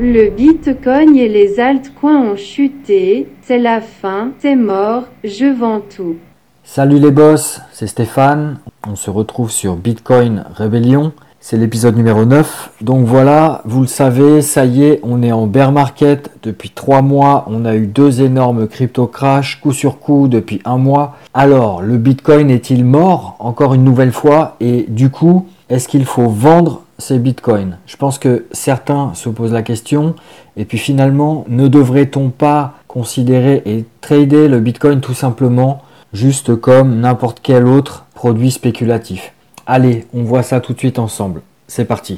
Le Bitcoin et les altcoins ont chuté, c'est la fin, c'est mort, je vends tout. Salut les boss, c'est Stéphane, on se retrouve sur Bitcoin Rebellion, c'est l'épisode numéro 9. Donc voilà, vous le savez, ça y est, on est en bear market depuis 3 mois, on a eu 2 énormes crypto crash, coup sur coup depuis 1 mois. Alors, le Bitcoin est-il mort encore une nouvelle fois? Et du coup, est-ce qu'il faut vendre ces Bitcoins? Je pense que certains se posent la question. Et puis finalement, ne devrait-on pas considérer et trader le Bitcoin tout simplement juste comme n'importe quel autre produit spéculatif? Allez, on voit ça tout de suite ensemble. C'est parti.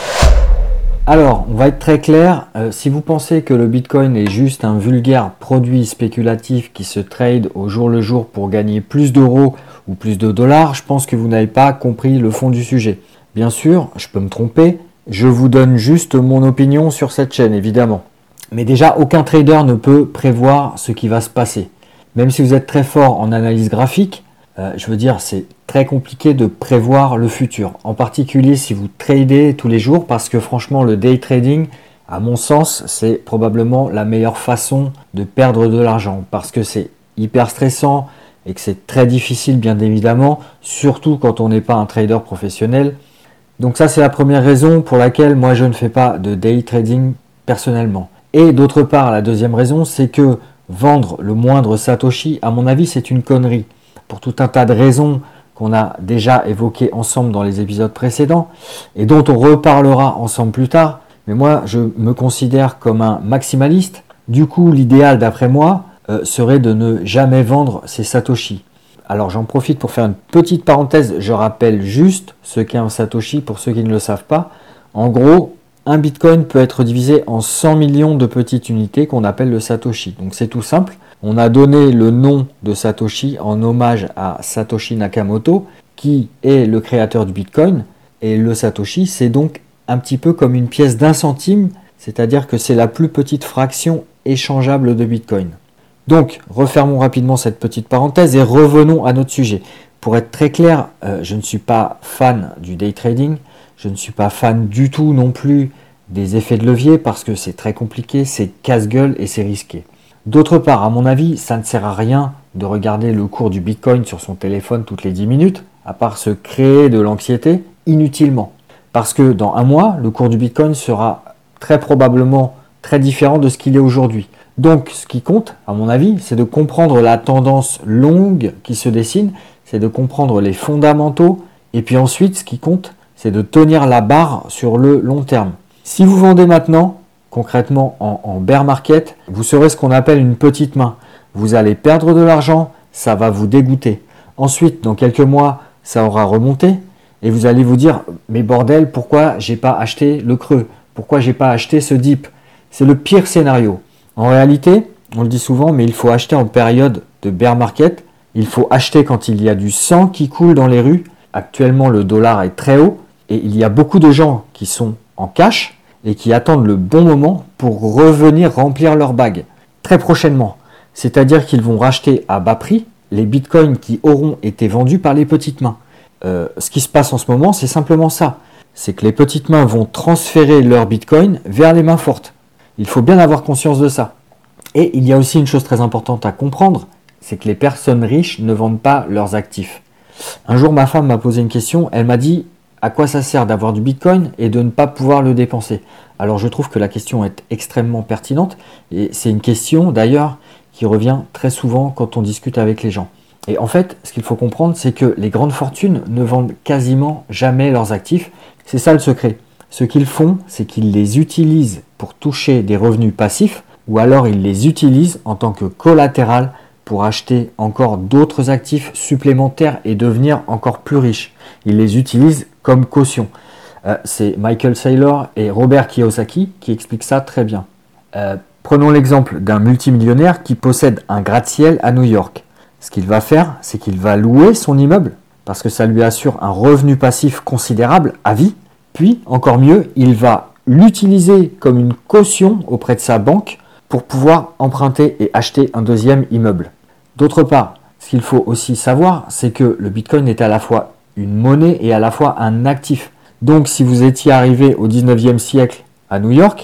Alors, on va être très clair. Si vous pensez que le Bitcoin est juste un vulgaire produit spéculatif qui se trade au jour le jour pour gagner plus d'euros ou plus de dollars, je pense que vous n'avez pas compris le fond du sujet. Bien sûr, je peux me tromper. Je vous donne juste mon opinion sur cette chaîne, évidemment. Mais déjà, aucun trader ne peut prévoir ce qui va se passer. Même si vous êtes très fort en analyse graphique, je veux dire, c'est très compliqué de prévoir le futur. En particulier si vous tradez tous les jours, parce que franchement, le day trading, à mon sens, c'est probablement la meilleure façon de perdre de l'argent. Parce que c'est hyper stressant et que c'est très difficile, bien évidemment, surtout quand on n'est pas un trader professionnel. Donc ça, c'est la première raison pour laquelle moi, je ne fais pas de day trading personnellement. Et d'autre part, la deuxième raison, c'est que vendre le moindre Satoshi, à mon avis, c'est une connerie. Pour tout un tas de raisons qu'on a déjà évoquées ensemble dans les épisodes précédents et dont on reparlera ensemble plus tard. Mais moi, je me considère comme un maximaliste. Du coup, l'idéal, d'après moi, serait de ne jamais vendre ces Satoshi. Alors, j'en profite pour faire une petite parenthèse. Je rappelle juste ce qu'est un Satoshi pour ceux qui ne le savent pas. En gros, un Bitcoin peut être divisé en 100 millions de petites unités qu'on appelle le Satoshi. Donc, c'est tout simple. On a donné le nom de Satoshi en hommage à Satoshi Nakamoto, qui est le créateur du Bitcoin. Et le Satoshi, c'est donc un petit peu comme une pièce d'1 centime, c'est-à-dire que c'est la plus petite fraction échangeable de Bitcoin. Donc, refermons rapidement cette petite parenthèse et revenons à notre sujet. Pour être très clair, je ne suis pas fan du day trading, je ne suis pas fan du tout non plus des effets de levier parce que c'est très compliqué, c'est casse-gueule et c'est risqué. D'autre part, à mon avis, ça ne sert à rien de regarder le cours du Bitcoin sur son téléphone toutes les 10 minutes, à part se créer de l'anxiété inutilement. Parce que dans 1 mois, le cours du Bitcoin sera très probablement très différent de ce qu'il est aujourd'hui. Donc, ce qui compte, à mon avis, c'est de comprendre la tendance longue qui se dessine, c'est de comprendre les fondamentaux, et puis ensuite, ce qui compte, c'est de tenir la barre sur le long terme. Si vous vendez maintenant, concrètement en bear market, vous serez ce qu'on appelle une petite main. Vous allez perdre de l'argent, ça va vous dégoûter. Ensuite, dans quelques mois, ça aura remonté et vous allez vous dire « Mais bordel, pourquoi j'ai pas acheté le creux? Pourquoi j'ai pas acheté ce dip ?» C'est le pire scénario. En réalité, on le dit souvent, mais il faut acheter en période de bear market. Il faut acheter quand il y a du sang qui coule dans les rues. Actuellement, le dollar est très haut et il y a beaucoup de gens qui sont en cash et qui attendent le bon moment pour revenir remplir leur bague très prochainement. C'est-à-dire qu'ils vont racheter à bas prix les bitcoins qui auront été vendus par les petites mains. Ce qui se passe en ce moment, c'est simplement ça. C'est que les petites mains vont transférer leurs bitcoins vers les mains fortes. Il faut bien avoir conscience de ça. Et il y a aussi une chose très importante à comprendre, c'est que les personnes riches ne vendent pas leurs actifs. Un jour, ma femme m'a posé une question, elle m'a dit « À quoi ça sert d'avoir du Bitcoin et de ne pas pouvoir le dépenser ?» Alors je trouve que la question est extrêmement pertinente et c'est une question d'ailleurs qui revient très souvent quand on discute avec les gens. Et en fait, ce qu'il faut comprendre, c'est que les grandes fortunes ne vendent quasiment jamais leurs actifs. C'est ça le secret. Ce qu'ils font, c'est qu'ils les utilisent pour toucher des revenus passifs ou alors ils les utilisent en tant que collatéral pour acheter encore d'autres actifs supplémentaires et devenir encore plus riches. Ils les utilisent comme caution. C'est Michael Saylor et Robert Kiyosaki qui expliquent ça très bien. Prenons l'exemple d'un multimillionnaire qui possède un gratte-ciel à New York. Ce qu'il va faire, c'est qu'il va louer son immeuble parce que ça lui assure un revenu passif considérable à vie. Puis, encore mieux, il va l'utiliser comme une caution auprès de sa banque pour pouvoir emprunter et acheter un deuxième immeuble. D'autre part, ce qu'il faut aussi savoir, c'est que le Bitcoin est à la fois une monnaie et à la fois un actif. Donc, si vous étiez arrivé au 19e siècle à New York,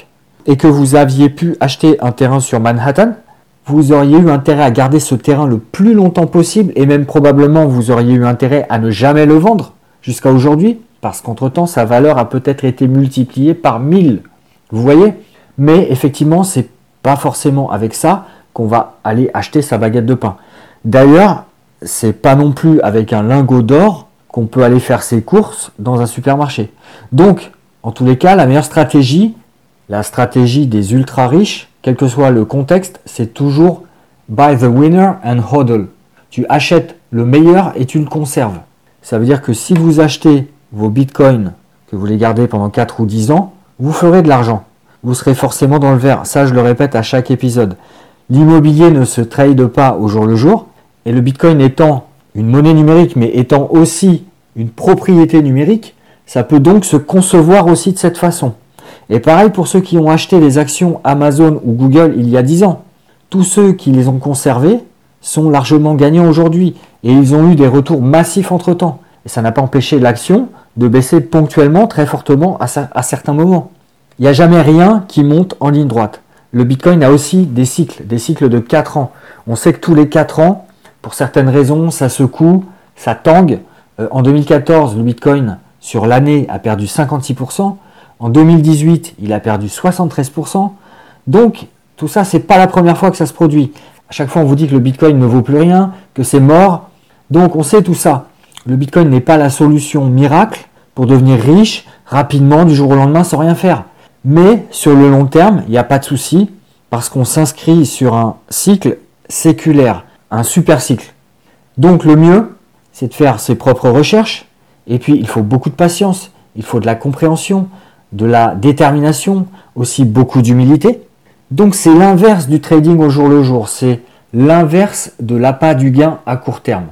et que vous aviez pu acheter un terrain sur Manhattan, vous auriez eu intérêt à garder ce terrain le plus longtemps possible et même probablement vous auriez eu intérêt à ne jamais le vendre jusqu'à aujourd'hui parce qu'entre-temps sa valeur a peut-être été multipliée par 1000. Vous voyez? Mais effectivement, c'est pas forcément avec ça qu'on va aller acheter sa baguette de pain. D'ailleurs, c'est pas non plus avec un lingot d'or qu'on peut aller faire ses courses dans un supermarché. Donc, en tous les cas, la meilleure stratégie, la stratégie des ultra riches, quel que soit le contexte, c'est toujours buy the winner and hodl. Tu achètes le meilleur et tu le conserves. Ça veut dire que si vous achetez vos bitcoins, que vous les gardez pendant 4 ou 10 ans, vous ferez de l'argent. Vous serez forcément dans le vert. Ça, je le répète à chaque épisode. L'immobilier ne se trade pas au jour le jour. Et le bitcoin étant une monnaie numérique, mais étant aussi une propriété numérique, ça peut donc se concevoir aussi de cette façon. Et pareil pour ceux qui ont acheté les actions Amazon ou Google il y a 10 ans. Tous ceux qui les ont conservées sont largement gagnants aujourd'hui. Et ils ont eu des retours massifs entre-temps. Et ça n'a pas empêché l'action de baisser ponctuellement, très fortement à certains moments. Il n'y a jamais rien qui monte en ligne droite. Le Bitcoin a aussi des cycles de 4 ans. On sait que tous les 4 ans, pour certaines raisons, ça secoue, ça tangue. En 2014, le Bitcoin, sur l'année, a perdu 56%. En 2018, il a perdu 73%. Donc, tout ça, c'est pas la première fois que ça se produit. À chaque fois, on vous dit que le Bitcoin ne vaut plus rien, que c'est mort. Donc, on sait tout ça. Le Bitcoin n'est pas la solution miracle pour devenir riche rapidement du jour au lendemain sans rien faire. Mais sur le long terme, il n'y a pas de souci parce qu'on s'inscrit sur un cycle séculaire, un super cycle. Donc le mieux, c'est de faire ses propres recherches et puis il faut beaucoup de patience, il faut de la compréhension, de la détermination, aussi beaucoup d'humilité. Donc c'est l'inverse du trading au jour le jour, c'est l'inverse de l'appât du gain à court terme.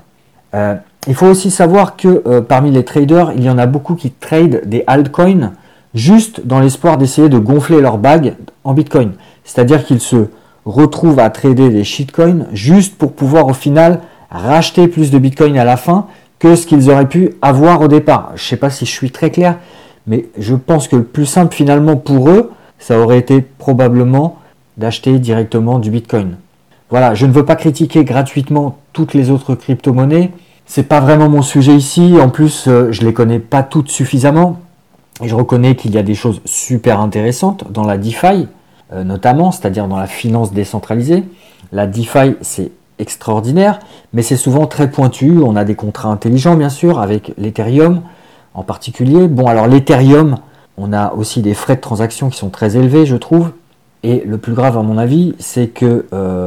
Il faut aussi savoir que parmi les traders, il y en a beaucoup qui tradent des altcoins juste dans l'espoir d'essayer de gonfler leur bague en Bitcoin. C'est-à-dire qu'ils se retrouvent à trader des shitcoins juste pour pouvoir au final racheter plus de Bitcoin à la fin que ce qu'ils auraient pu avoir au départ. Je ne sais pas si je suis très clair, mais je pense que le plus simple finalement pour eux, ça aurait été probablement d'acheter directement du Bitcoin. Voilà, je ne veux pas critiquer gratuitement toutes les autres crypto-monnaies. C'est pas vraiment mon sujet ici. En plus, je les connais pas toutes suffisamment. Et je reconnais qu'il y a des choses super intéressantes dans la DeFi, notamment, c'est-à-dire dans la finance décentralisée. La DeFi, c'est extraordinaire, mais c'est souvent très pointu. On a des contrats intelligents, bien sûr, avec l'Ethereum en particulier. Bon, alors l'Ethereum, on a aussi des frais de transaction qui sont très élevés, je trouve. Et le plus grave, à mon avis, c'est que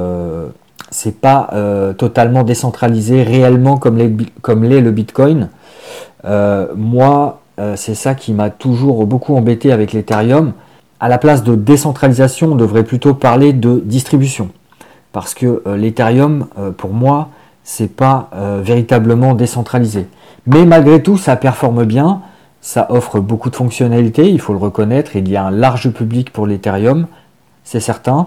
c'est pas totalement décentralisé réellement comme l'est le Bitcoin. Moi, c'est ça qui m'a toujours beaucoup embêté avec l'Ethereum. À la place de décentralisation, on devrait plutôt parler de distribution. Parce que l'Ethereum, pour moi, c'est pas véritablement décentralisé. Mais malgré tout, ça performe bien, ça offre beaucoup de fonctionnalités, il faut le reconnaître. Il y a un large public pour l'Ethereum, c'est certain.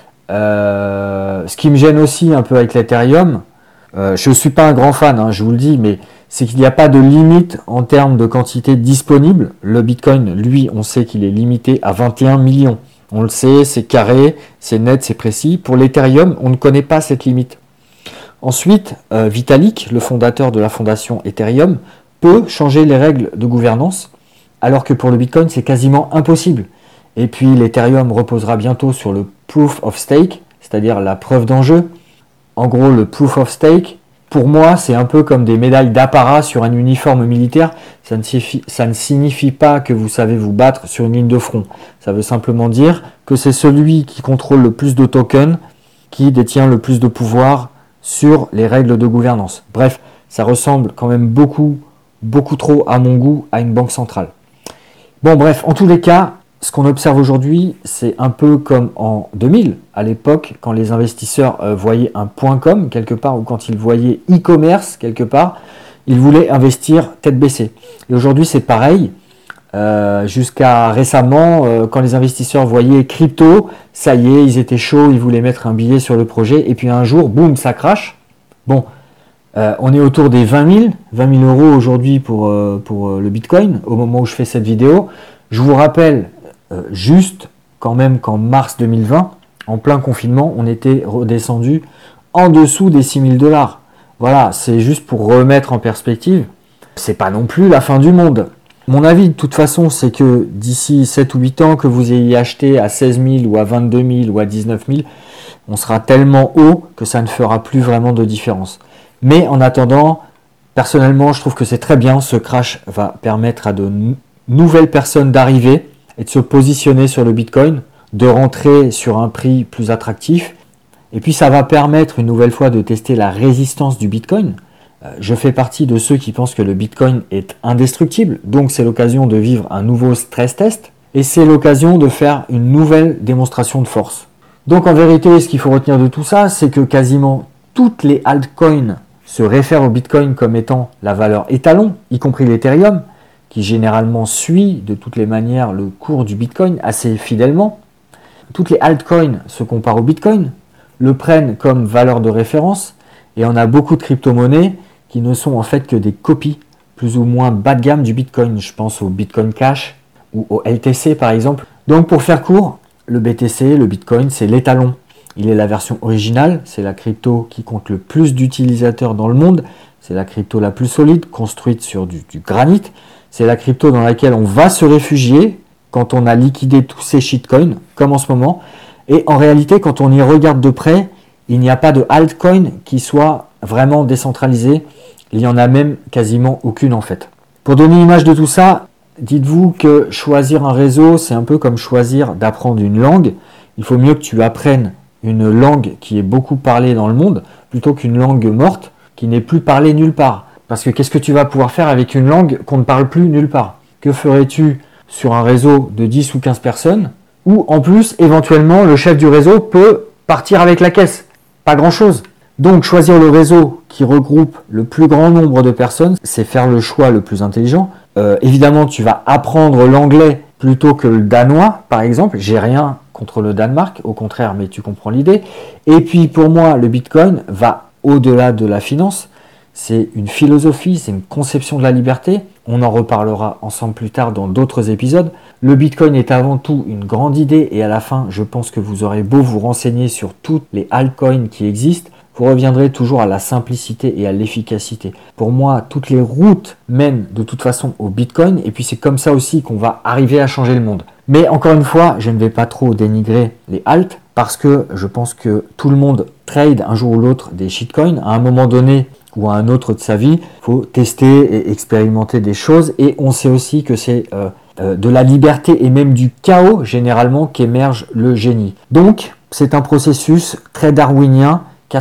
Ce qui me gêne aussi un peu avec l'Ethereum, je ne suis pas un grand fan, hein, je vous le dis, mais c'est qu'il n'y a pas de limite en termes de quantité disponible. Le Bitcoin, lui, on sait qu'il est limité à 21 millions. On le sait, c'est carré, c'est net, c'est précis. Pour l'Ethereum, on ne connaît pas cette limite. Ensuite, Vitalik, le fondateur de la fondation Ethereum, peut changer les règles de gouvernance, alors que pour le Bitcoin, c'est quasiment impossible. Et puis, l'Ethereum reposera bientôt sur le Proof of Stake, c'est-à-dire la preuve d'enjeu. En gros, le Proof of Stake, pour moi, c'est un peu comme des médailles d'apparat sur un uniforme militaire. Ça ne signifie pas que vous savez vous battre sur une ligne de front. Ça veut simplement dire que c'est celui qui contrôle le plus de tokens qui détient le plus de pouvoir sur les règles de gouvernance. Bref, ça ressemble quand même beaucoup trop à mon goût à une banque centrale. Bon bref, en tous les cas, ce qu'on observe aujourd'hui, c'est un peu comme en 2000, à l'époque, quand les investisseurs voyaient un .com quelque part, ou quand ils voyaient e-commerce quelque part, ils voulaient investir tête baissée. Et aujourd'hui, c'est pareil. Jusqu'à récemment, quand les investisseurs voyaient crypto, ça y est, ils étaient chauds, ils voulaient mettre un billet sur le projet, et puis un jour, boum, ça crache. Bon, on est autour des 20 000 euros aujourd'hui pour le Bitcoin, au moment où je fais cette vidéo. Je vous rappelle juste quand même qu'en mars 2020, en plein confinement, on était redescendu en dessous des 6 000 $. Voilà, c'est juste pour remettre en perspective. C'est pas non plus la fin du monde. Mon avis, de toute façon, c'est que d'ici 7 ou 8 ans, que vous ayez acheté à 16 000 ou à 22 000 ou à 19 000, on sera tellement haut que ça ne fera plus vraiment de différence. Mais en attendant, personnellement, je trouve que c'est très bien. Ce crash va permettre à de nouvelles personnes d'arriver et de se positionner sur le Bitcoin, de rentrer sur un prix plus attractif. Et puis ça va permettre une nouvelle fois de tester la résistance du Bitcoin. Je fais partie de ceux qui pensent que le Bitcoin est indestructible, donc c'est l'occasion de vivre un nouveau stress test et c'est l'occasion de faire une nouvelle démonstration de force. Donc en vérité, ce qu'il faut retenir de tout ça, c'est que quasiment toutes les altcoins se réfèrent au Bitcoin comme étant la valeur étalon, y compris l'Ethereum, qui généralement suit de toutes les manières le cours du Bitcoin assez fidèlement. Toutes les altcoins se comparent au Bitcoin, le prennent comme valeur de référence, et on a beaucoup de crypto-monnaies qui ne sont en fait que des copies plus ou moins bas de gamme du Bitcoin. Je pense au Bitcoin Cash ou au LTC par exemple. Donc pour faire court, le BTC, le Bitcoin, c'est l'étalon. Il est la version originale, c'est la crypto qui compte le plus d'utilisateurs dans le monde. C'est la crypto la plus solide, construite sur du granit. C'est la crypto dans laquelle on va se réfugier quand on a liquidé tous ces shitcoins, comme en ce moment. Et en réalité, quand on y regarde de près, il n'y a pas de altcoin qui soit vraiment décentralisé. Il n'y en a même quasiment aucune en fait. Pour donner une image de tout ça, dites-vous que choisir un réseau, c'est un peu comme choisir d'apprendre une langue. Il faut mieux que tu apprennes une langue qui est beaucoup parlée dans le monde, plutôt qu'une langue morte qui n'est plus parlée nulle part. Parce que qu'est-ce que tu vas pouvoir faire avec une langue qu'on ne parle plus nulle part? Que ferais-tu sur un réseau de 10 ou 15 personnes où en plus, éventuellement, le chef du réseau peut partir avec la caisse? Pas grand-chose. Donc choisir le réseau qui regroupe le plus grand nombre de personnes, c'est faire le choix le plus intelligent. Évidemment, tu vas apprendre l'anglais plutôt que le danois, par exemple. J'ai rien contre le Danemark, au contraire, mais tu comprends l'idée. Et puis pour moi, le Bitcoin va au-delà de la finance. C'est une philosophie, c'est une conception de la liberté. On en reparlera ensemble plus tard dans d'autres épisodes. Le Bitcoin est avant tout une grande idée et à la fin, je pense que vous aurez beau vous renseigner sur toutes les altcoins qui existent, vous reviendrez toujours à la simplicité et à l'efficacité. Pour moi, toutes les routes mènent de toute façon au Bitcoin et puis c'est comme ça aussi qu'on va arriver à changer le monde. Mais encore une fois, je ne vais pas trop dénigrer les alts parce que je pense que tout le monde trade un jour ou l'autre des shitcoins. À un moment donné ou à un autre de sa vie, il faut tester et expérimenter des choses et on sait aussi que c'est de la liberté et même du chaos généralement qu'émerge le génie. Donc, c'est un processus très darwinien.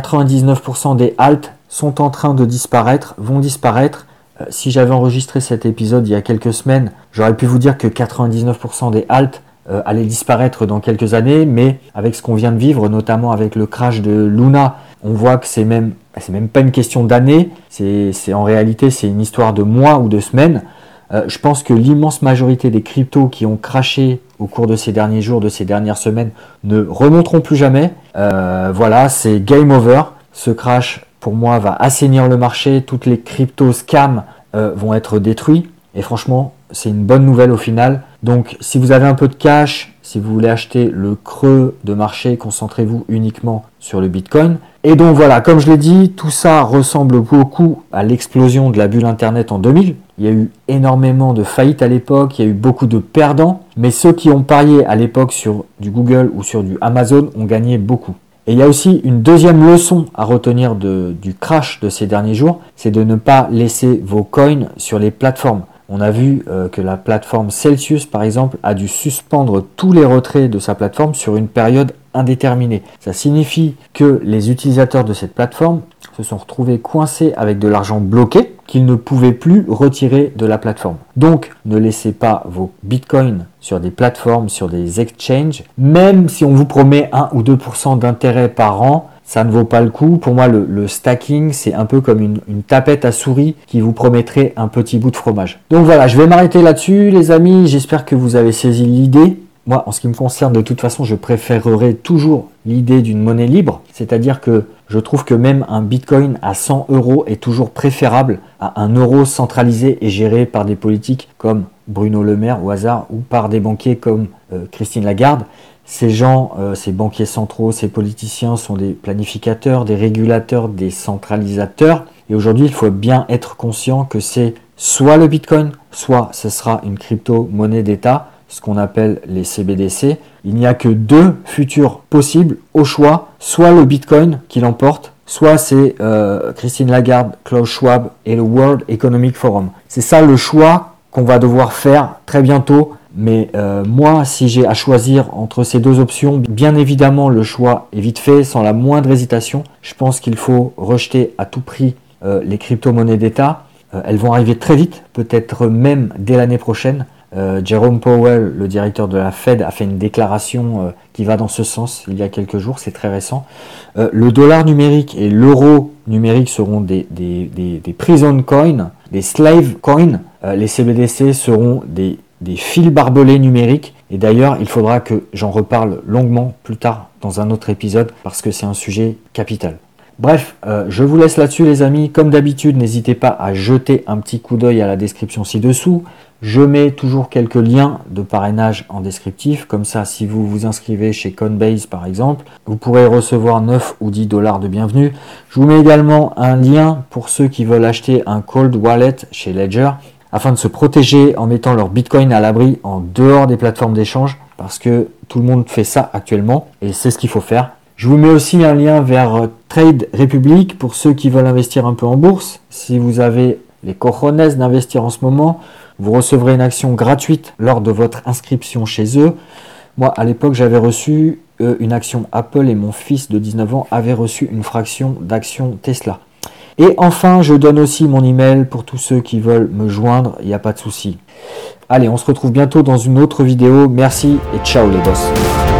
99% des alts sont en train de disparaître, vont disparaître. Si j'avais enregistré cet épisode il y a quelques semaines, j'aurais pu vous dire que 99% des alts allaient disparaître dans quelques années, mais avec ce qu'on vient de vivre, notamment avec le crash de Luna, on voit que c'est même pas une question d'années, c'est en réalité c'est une histoire de mois ou de semaines. Je pense que l'immense majorité des cryptos qui ont crashé au cours de ces derniers jours, de ces dernières semaines, ne remonteront plus jamais. Voilà, c'est game over. Ce crash, pour moi, va assainir le marché. Toutes les cryptos scams vont être détruits. Et franchement, c'est une bonne nouvelle au final. Donc, si vous avez un peu de cash, si vous voulez acheter le creux de marché, concentrez-vous uniquement sur le Bitcoin. Et donc voilà, comme je l'ai dit, tout ça ressemble beaucoup à l'explosion de la bulle Internet en 2000. Il y a eu énormément de faillites à l'époque, il y a eu beaucoup de perdants, mais ceux qui ont parié à l'époque sur du Google ou sur du Amazon ont gagné beaucoup. Et il y a aussi une deuxième leçon à retenir du crash de ces derniers jours, c'est de ne pas laisser vos coins sur les plateformes. On a vu que la plateforme Celsius, par exemple, a dû suspendre tous les retraits de sa plateforme sur une période indéterminée. Ça signifie que les utilisateurs de cette plateforme se sont retrouvés coincés avec de l'argent bloqué qu'ils ne pouvaient plus retirer de la plateforme. Donc, ne laissez pas vos bitcoins sur des plateformes, sur des exchanges, même si on vous promet 1 ou 2% d'intérêt par an. Ça ne vaut pas le coup. Pour moi, le stacking, c'est un peu comme une tapette à souris qui vous promettrait un petit bout de fromage. Donc voilà, je vais m'arrêter là-dessus, les amis. J'espère que vous avez saisi l'idée. Moi, en ce qui me concerne, de toute façon, je préférerais toujours l'idée d'une monnaie libre. C'est-à-dire que je trouve que même un bitcoin à 100 € est toujours préférable à un euro centralisé et géré par des politiques comme Bruno Le Maire au hasard ou par des banquiers comme Christine Lagarde. Ces gens, ces banquiers centraux, ces politiciens sont des planificateurs, des régulateurs, des centralisateurs. Et aujourd'hui, il faut bien être conscient que c'est soit le Bitcoin, soit ce sera une crypto-monnaie d'État, ce qu'on appelle les CBDC. Il n'y a que deux futurs possibles au choix, soit le Bitcoin qui l'emporte, soit c'est Christine Lagarde, Klaus Schwab et le World Economic Forum. C'est ça le choix qu'on va devoir faire très bientôt. Mais moi, si j'ai à choisir entre ces deux options, bien évidemment, le choix est vite fait, sans la moindre hésitation. Je pense qu'il faut rejeter à tout prix les crypto-monnaies d'État. Elles vont arriver très vite, peut-être même dès l'année prochaine. Jerome Powell, le directeur de la Fed, a fait une déclaration qui va dans ce sens il y a quelques jours, c'est très récent. Le dollar numérique et l'euro numérique seront des prison coins, des slave coins. Les CBDC seront des fils barbelés numériques. Et d'ailleurs, il faudra que j'en reparle longuement plus tard dans un autre épisode parce que c'est un sujet capital. Bref, je vous laisse là-dessus les amis. Comme d'habitude, n'hésitez pas à jeter un petit coup d'œil à la description ci-dessous. Je mets toujours quelques liens de parrainage en descriptif. Comme ça, si vous vous inscrivez chez Coinbase par exemple, vous pourrez recevoir 9 ou 10 $ de bienvenue. Je vous mets également un lien pour ceux qui veulent acheter un cold wallet chez Ledger, afin de se protéger en mettant leur Bitcoin à l'abri en dehors des plateformes d'échange, parce que tout le monde fait ça actuellement, et c'est ce qu'il faut faire. Je vous mets aussi un lien vers Trade Republic pour ceux qui veulent investir un peu en bourse. Si vous avez les cojones d'investir en ce moment, vous recevrez une action gratuite lors de votre inscription chez eux. Moi, à l'époque, j'avais reçu une action Apple et mon fils de 19 ans avait reçu une fraction d'action Tesla. Et enfin, je donne aussi mon email pour tous ceux qui veulent me joindre, il n'y a pas de souci. Allez, on se retrouve bientôt dans une autre vidéo. Merci et ciao les boss.